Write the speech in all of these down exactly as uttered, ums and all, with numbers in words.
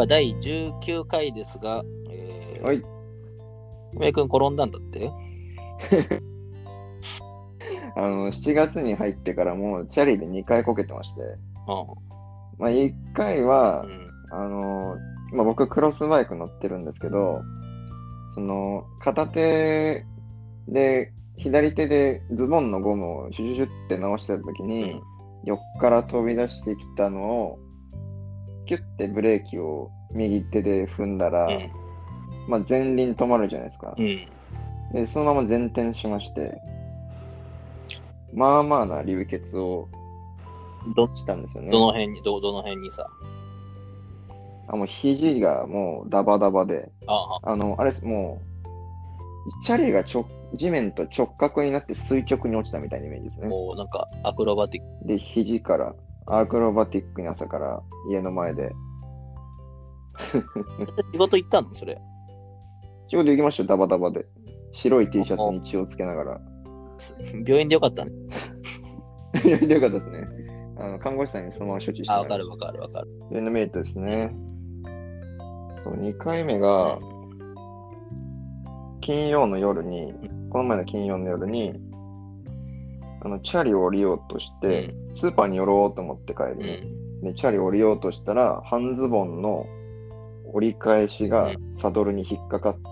だいじゅうきゅうかいですが、えー、 はい。 梅井くん転んだんだって？ あの、しちがつに入ってからもうチャリでにかいこけてまして、 うまあ、いっかいは、 ん。うん。 あの、まあ、僕クロスバイク乗ってるんですけど、その、片手で、左手でズボンのゴムをシュシュシュって直してた時に、 うん。 横から飛び出してきたのを、キュッてブレーキを右手で踏んだら、 うん。 まあ、前輪止まるじゃないですか。 うん。 で、そのまま前転しまして、まあまあな流血をど、 したんですよどのね。 辺に、ど、どの辺にさ。 あ、もう肘がもうダバダバで、 ああ、 あの、あれです、もう、チャリがちょ地面と直角になって垂直に落ちたみたいなイメージですね。 もうなんかアクロバティック。 で、肘からアクロバティックに朝から家の前で。 仕事行ったのそれ？ 仕事行きましたよ、ダバダバで。白い T シャツに血をつけながら。 病院でよかったね。 いや、よかったですね。あの看護師さんにそのまま処置してあ、 もらいましわかるわかるわかる。 た。レノメイトですね。そう、にかいめが、金曜の夜に、この前の金曜の夜に、あの、チャリを降りようとして、スーパーに寄ろうと思って帰うん。 りに、で、チャリ降りようとしたら、半ズボンの折り返しがサドルに引っかかって、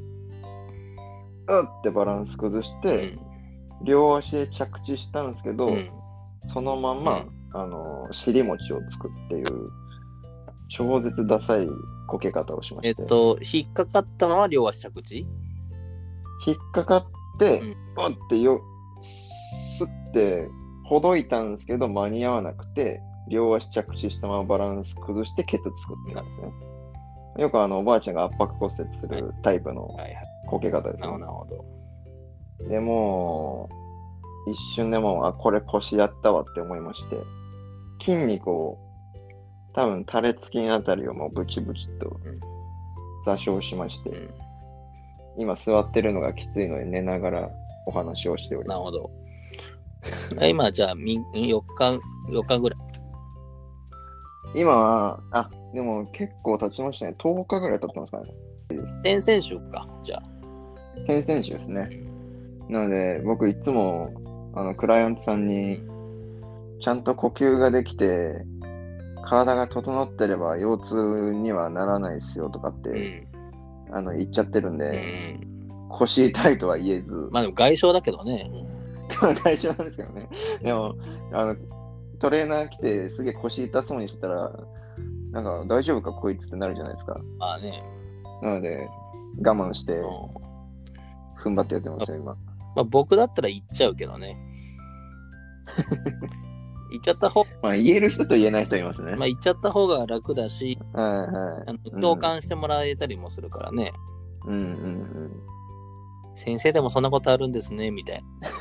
うってバランス崩しうて、 ん。 両足で着地したんですけど、 うん。 そのまま、あの、尻餅をつくっていう、超絶ダサいこけ方をしまえっして、 と、引っかかったまま両足着地？ 引っかかってうん、 うってよ、すってほどいたんですけど、間に合わなくて、両足着地したままバランス崩してケツ作ってたんですね。よくあの、おばあちゃんが圧迫骨折するタイプのはいはい。 こけ方ですね。 なるほど。 でもう、一瞬でもう、あ、これ腰やったわって思いまして、筋肉を、多分、タレ付きあたりをもうブチブチとうん座礁しまして、 うん。 今座ってるのがきついので寝ながらお話をしております。 なるほど。今、じゃあ、みよっか、よっかぐらい。 今は、あ、でも結構経ちましたね。とおかぐらい経ってますかね。 先々週か、じゃあ。 先々週ですね。なので、僕いつも、あの、クライアントさんに、ちゃんと呼吸ができて、体が整ってれば腰痛にはならないですよとかって、 うん。 あの、言っちゃってるんうで、 ん。 腰痛いとは言えず、 まあでも外傷だけどね。 大丈夫なんですけどね。でも、あの、トレーナー来てすげえ腰痛そうにしてたら、なんか大丈夫かこいつってなるじゃないですか。 まあね。 なので、我慢してうん。 踏ん張ってやってますよ、今。 まあ僕だったら言っちゃうけどね。言っちゃった方、 まあ、言える人と言えない人いますね。 まあ言っちゃった方が楽だし、 はいはい。 あの共感してもらえたりもするからね。 うんうんうん先生でもそんなことあるんですね、みたいな。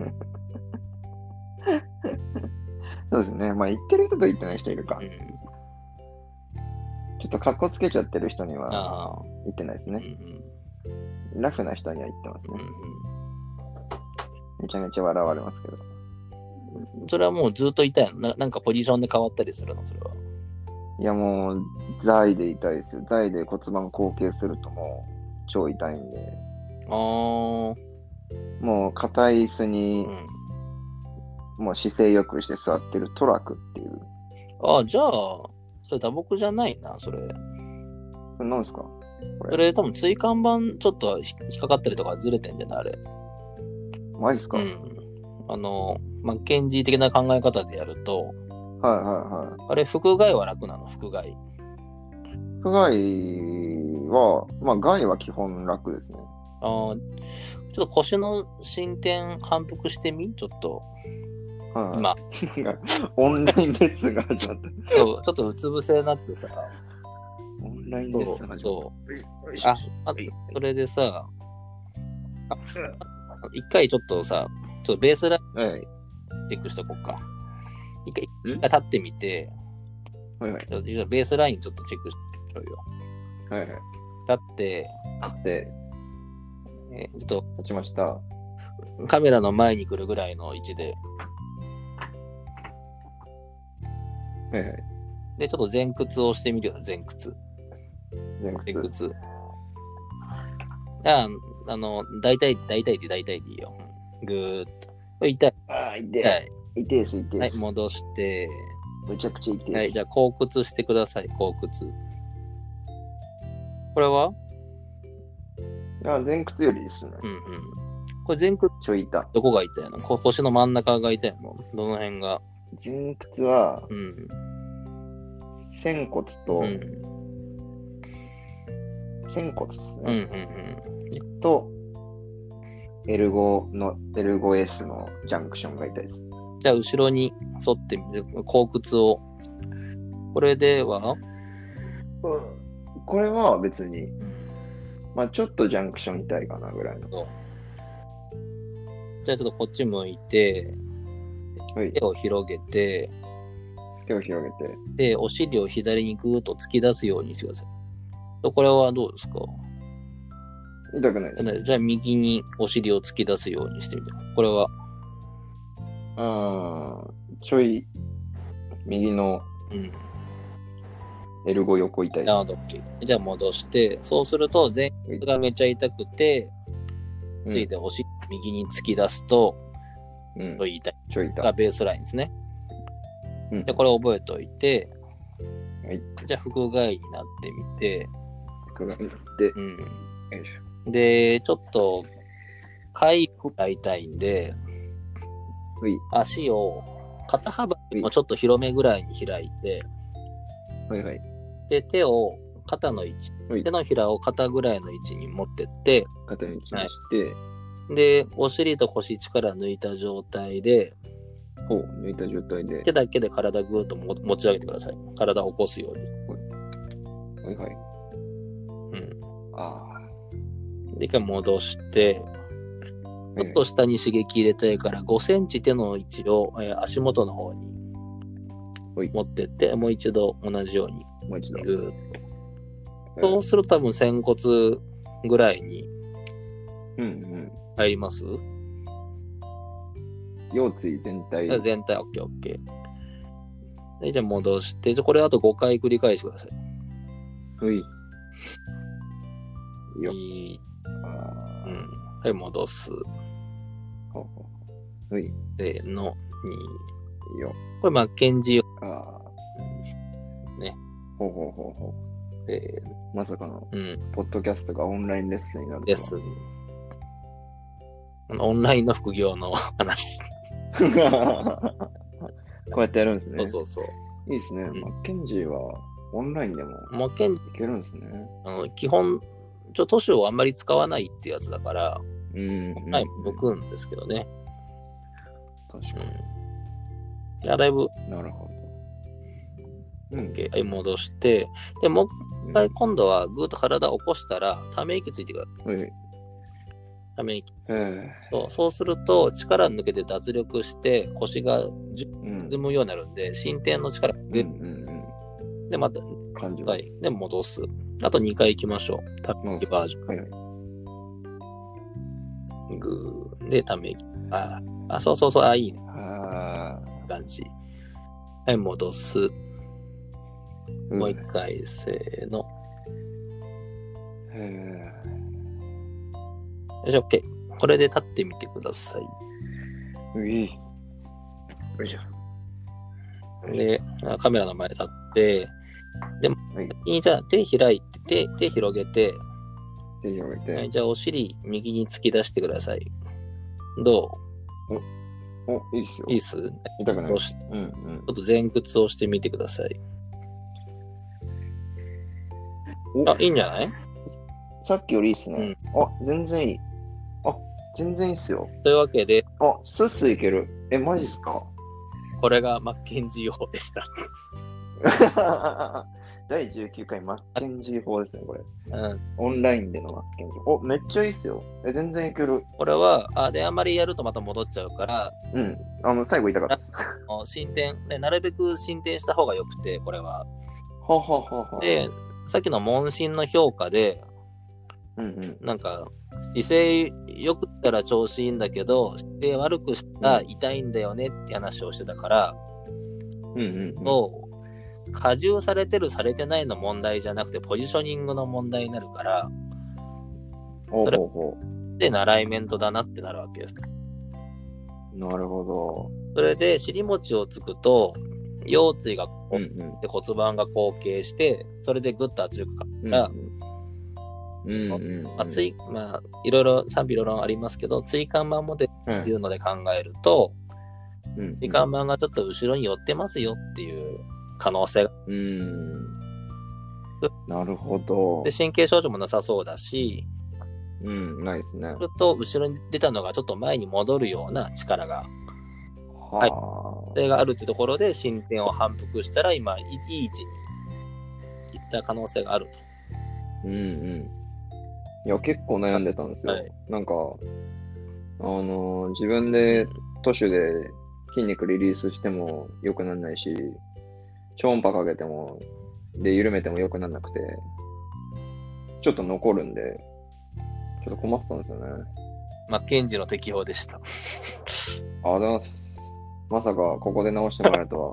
そうですね。まあ、言ってる人と言ってない人いるか。 うん。 ちょっとカッコつけちゃってる人にはああ。 言ってないですうんうね。 ん。 ラフな人には言ってますね。 うんめちゃめちゃ笑われますけど。 うん。それはもうずっといたいのな。なんかポジションで変わったりするの、それは。 いやもう、財で痛いですよ。財で骨盤後傾するともう超痛いんで。 ああ。 もう硬い椅子にうん。 もう姿勢よくして座ってるトラクっていう。 ああ、じゃあ、それ打撲じゃないな、それ。 これ何ですかこそれ。 れ多分椎間板ちょっと引っかかったりとかずれてんじゃないあれ。 マジっすか、はいうん。あの、マッケンジー的な考え方でやると、 はいはい。 あれ、腹外は楽なの、腹外。 不外は、まあ外は基本楽ですね。 ああ、ちょっと腰の進展反復してみちょっと。 はい、 今。 なんか、オンラインレッスンが始まった。 そう、ちょっとうつ伏せになってさ。 オンラインレッスンが始まった。 そう。あ、あ、それでさ、あ一回ちょっとさ、ちょっとベースラインはい。 チェックしとこうか。一回、 ん一回立ってみて、 はいはい。 ちょっとベースラインちょっとチェックしようよ。 はいはい。 立って、 立って、 えーちょっ立ちました。はとカメラの前に来るぐらいの位置で、 いはい。 で、ちょっと前屈をしてみてください、前屈。 前前屈。 屈。あ、あの、大体、大体で大体でいいよ。ぐーっと。これ痛い。 ああ、痛い。 痛い。 痛いです、痛いです。 はい、戻して。 めちゃくちゃ痛いです。 はい、じゃあ、後屈してください、後屈。これはいや、前屈よりですね。 うんうん。これ前屈、 ちょい痛。 どこが痛いの？こ腰の真ん中が痛いの？どの辺が？ 前屈は、 うん。 仙骨と、 うん。 仙骨ですうんうんね。 うん。 と、エルゴの、エルゴ S のジャンクションが痛いです。 じゃあ、後ろに沿ってみる。後屈を。これでは、 これは別に、まあちょっとジャンクション痛いかなぐらいの。 じゃあちょっとこっち向いて、 はい、 手を広げて、 手を広げて、 で、お尻を左にぐーっと突き出すようにしてください。これはどうですか？ 痛くないです。 じゃあ右にお尻を突き出すようにしてみて。これはあー、ちょい、右のうん。 エルゴ横痛いです。 なるほど、OK。じゃあ戻して、そうすると前屈がめっちゃ痛くて、 うん、 ついてお尻右に突き出すと、 うん、 ちょい痛い。 ちょい痛い。 がベースラインですね。 うん、 で、これ覚えておいて、 はい。 じゃあ腹外になってみて、 腹がで、 うん。 よいしょ。 で、ちょっと、貝が痛いんで、 ほい、 足を肩幅よりもちょっと広めぐらいに開いて、 はいはい。 で、手を肩の位置、 ほい手のひらを肩ぐらいの位置に持ってって、 肩に気にして、 で、お尻と腰力抜いた状態で、 ほう、抜いた状態で、 手だけで体ぐーっとも持ち上げてください。体を起こすように。 はいはい。 うん。 あで、一回戻して、 あ。 ちょっと下に刺激入れたいからごセンチ手の位置を、えー足元の方にはい持ってって、もう一度同じようにもう一度。 ぐーっと。そうすると多分仙骨ぐらいにうんうん。 入ります？ 腰椎全体。 全体 オーケーオーケー。で、じゃあ戻して、じゃあこれあとごかい繰り返してください。 ほい。よ。 いい。 あうん。はい、戻す。 ほうほう。ほい。 せーの、に。 よ。 これマッケンジーああ。 ね。 ほうほうほうほう。 えまさかの、 ー、うん。 ポッドキャストがオンラインレッスンになるとは。 レッスン。オンラインの副業の話。 こうやってやるんですね。 そうそうそう。 いいですね。 うんマッケンジーはオンラインでもマッケンジいけるんですね。 ー、あの基本、ちょ、都市をあんまり使わないってやつだから、 うん、うん。 はい、向くんですけどね。 確かうん。いや、だいぶ、 に。なるほど。うん。 OK、はい、戻して、で、もううん一回今度はぐーっと体を起こしたら、ため息ついてください。 はい。 ため息。 えそうそうすると、力抜けて脱力して腰がじー、うん。 沈むようになるんで、伸展の力がうん出る。 うんで、また、 うん。感じはい。 ます。 で、戻す。あとにかい行きましょう。ため息バージョはいはい。 ン。ぐー。で、ため息。あーあ、そうそうそう。あ、いいね。 あ感じ。はい、戻す。 ーもう一回、せーの。 えよし、OK。これで立ってみてください。 ー、うい。よいしょ。 で、あカメラの前に立って、でも、 はい。 じゃあ手開いて、手、手広げて、 手広げて。 はい、じゃあお尻右に突き出してください。どお、いいっすよ。 ういいっす？ 痛くない。 よし、ちうんうん。 ょっと前屈をしてみてください。 おあ、いいんじゃない？ さっきよりいいっすね。あ、全然いい。あ、全然いいっすよ。 というわけで、 あ、スッスいける。え、マジっすか？ これがマッケンジー法でした。 だいじゅうきゅうかいマッケンジー法ですね、これ。 うん、 オンラインでのマッケンジー。お、めっちゃいいっすよ。え、全然いける。 これは、あで、あんまりやるとまた戻っちゃうから、 うん。あの、最後痛かったです。 あ進展、ね、なるべく進展した方が良くて、これは。 はははは。 で、さっきの問診の評価で、 うんうん。 なんか、姿勢良くしたら調子いいんだけど、姿勢悪くしたら痛いんだよねって話をしてたから、 うんうん、うん。 と加重されてるされてないの問題じゃなくてポジショニングの問題になるから、 ほうほうほでナライメントだなってなるわけです。 う。なるほど。 それで尻餅をつくと腰椎がこう、 うんうんで骨盤が後傾して、それでグッと圧力かかるから、 うんうんうんまあ、ついまあいろいろ賛否両論ありますけど、椎間板モデルっていうので考えると、 うんうん椎間板がちょっと後ろに寄ってますよっていう可能性が。 うん。なるほど。 で神経症状もなさそうだし、 うん、ないですね。 すると後ろに出たのがちょっと前に戻るような力が、 はあ、 それがあるってところで進展を反復したら今いい位置に行った可能性があると。 うんうん。いや、結構悩んでたんですよ。 はい、 なんか、あのー、自分で徒手で筋肉リリースしても良くならないし、超音波かけても、で、緩めても良くならなくて、ちょっと残るんで、ちょっと困ってたんですよね。 マッケンジーの適用でした。 ありがとうございます。まさかここで直してもらえると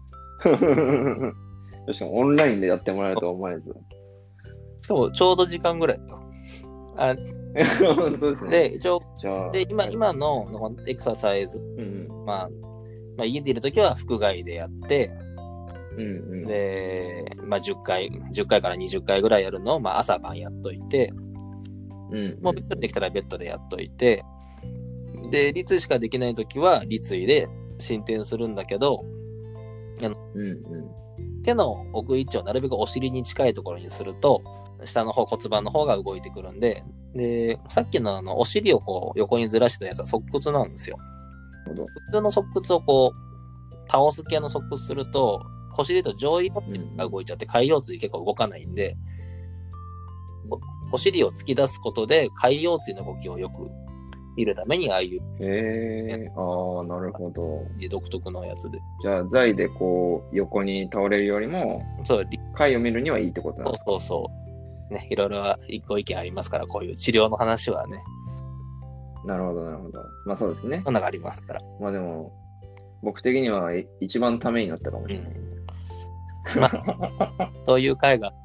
は。しかもオンラインでやってもらえるとは思えず。 しかもちょうど時間ぐらいよ。あ本当ですね。 で、一応、 じゃあで今、今のエクササイズ、 うんまあ、まあ、家でいるときは腹外でやって、 うんうん、 で、まあ、じゅっかい、じゅっかいからにじゅっかいぐらいやるのを、まあ、朝晩やっといて、 うんうん、 もうベッドできたらベッドでやっといて、で、立位しかできないときは立位で進展するんだけど、あのうんうん、 手の置く位置をなるべくお尻に近いところにすると、下の方、骨盤の方が動いてくるんで、で、さっきのあの、お尻をこう、横にずらしたやつは側屈なんですよ。 なるほど。 普通の側屈をこう、倒す系の側屈すると、腰で言うと上位骨が動いちゃって、下腰椎結構動かないんで、お, お尻を突き出すことで、下腰椎の動きをよく見るために、ああいう。 へえ、ああ、なるほど。 独特のやつで。 じゃあ、座位でこう、横に倒れるよりも、 そう、 回を見るにはいいってことなんですか？ そうそうそう。ね、いろいろ一個意見ありますから、こういう治療の話はね。 なるほど、なるほど。まあそうですね。 そんなのがありますから。 まあでも、僕的には一番ためになったかもしれない。 うん、まあ、そういう回が。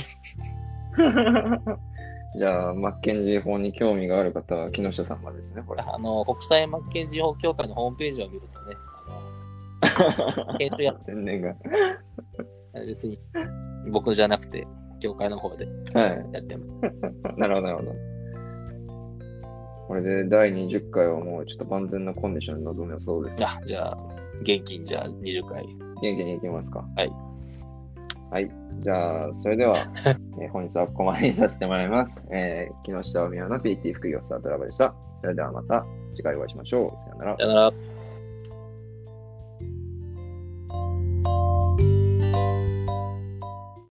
じゃあ、マッケンジー法に興味がある方は木下さんまでですね、これ。 あの、国際マッケンジー法協会のホームページを見るとね、あの、研修や天然が。 別に僕じゃなくて、協会の方でやってます。 はい、なるほど、なるほど。これでだいにじゅっかいはもうちょっと万全なコンディションに臨めそうですね。 あ、じゃあ、元気にじゃあにじゅっかい。 元気にいきますか。 はい。 はい。じゃあ、それでは、えー、本日はここまでにさせてもらいます。えー、木下文雄の ピーティー 副業スタートラボでした。それではまた次回お会いしましょう。さよなら。 さよなら。